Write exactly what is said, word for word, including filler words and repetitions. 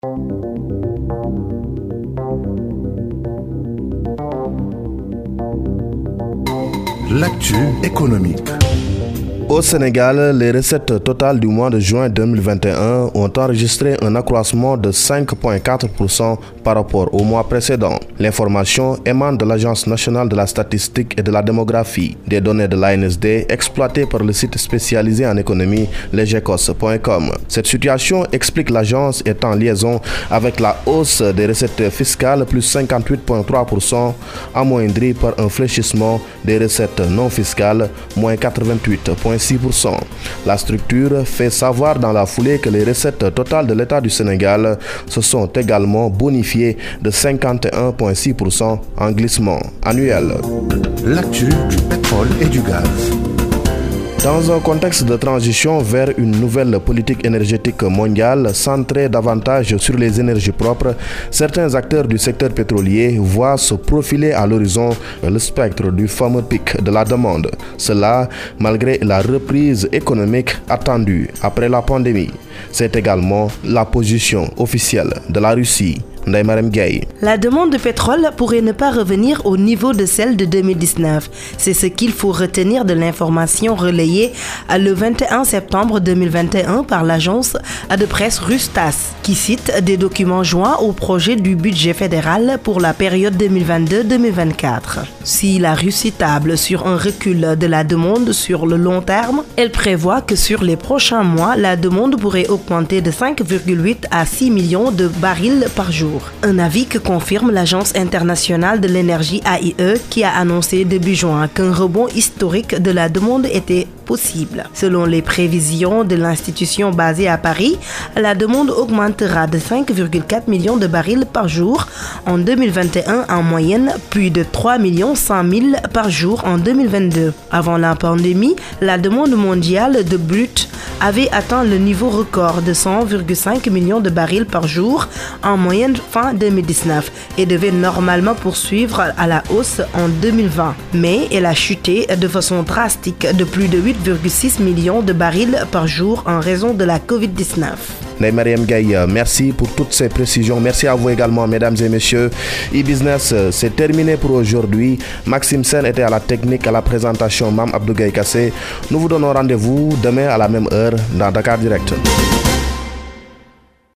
L'actu économique. Au Sénégal, les recettes totales du mois de juin deux mille vingt et un ont enregistré un accroissement de cinq virgule quatre pour cent par rapport au mois précédent. L'information émane de l'Agence nationale de la statistique et de la démographie. Des données de l'A N S D exploitées par le site spécialisé en économie legecos point com. Cette situation explique l'agence est en liaison avec la hausse des recettes fiscales plus cinquante-huit virgule trois pour cent, amoindrie par un fléchissement des recettes non fiscales moins quatre-vingt-huit virgule six pour cent. La structure fait savoir dans la foulée que les recettes totales de l'État du Sénégal se sont également bonifiées de cinquante et un virgule six pour cent en glissement annuel. L'actu du pétrole et du gaz. Dans un contexte de transition vers une nouvelle politique énergétique mondiale centrée davantage sur les énergies propres, certains acteurs du secteur pétrolier voient se profiler à l'horizon le spectre du fameux pic de la demande. Cela malgré la reprise économique attendue après la pandémie. C'est également la position officielle de la Russie. La demande de pétrole pourrait ne pas revenir au niveau de celle de deux mille dix-neuf. C'est ce qu'il faut retenir de l'information relayée le vingt et un septembre deux mille vingt et un par l'agence de presse russe TASS, qui cite des documents joints au projet du budget fédéral pour la période deux mille vingt-deux deux mille vingt-quatre. Si la Russie table sur un recul de la demande sur le long terme, elle prévoit que sur les prochains mois, la demande pourrait augmenter de cinq virgule huit à six millions de barils par jour. Un avis que confirme l'Agence internationale de l'énergie A I E qui a annoncé début juin qu'un rebond historique de la demande était possible. Selon les prévisions de l'institution basée à Paris, la demande augmentera de cinq virgule quatre millions de barils par jour en deux mille vingt et un en moyenne, puis de trois millions cent mille par jour en deux mille vingt-deux. Avant la pandémie, la demande mondiale de brut avait atteint le niveau record de cent virgule cinq millions de barils par jour en moyenne fin deux mille dix-neuf et devait normalement poursuivre à la hausse en deux mille vingt. Mais elle a chuté de façon drastique de plus de huit virgule six millions de barils par jour en raison de la covid dix-neuf. Ndeye Mariam Gaye, merci pour toutes ces précisions. Merci à vous également, mesdames et messieurs. E-Business, c'est terminé pour aujourd'hui. Maxime Sen était à la technique, à la présentation, Mam Abdou Gaye Kassé. Nous vous donnons rendez-vous demain à la même heure dans Dakar Direct.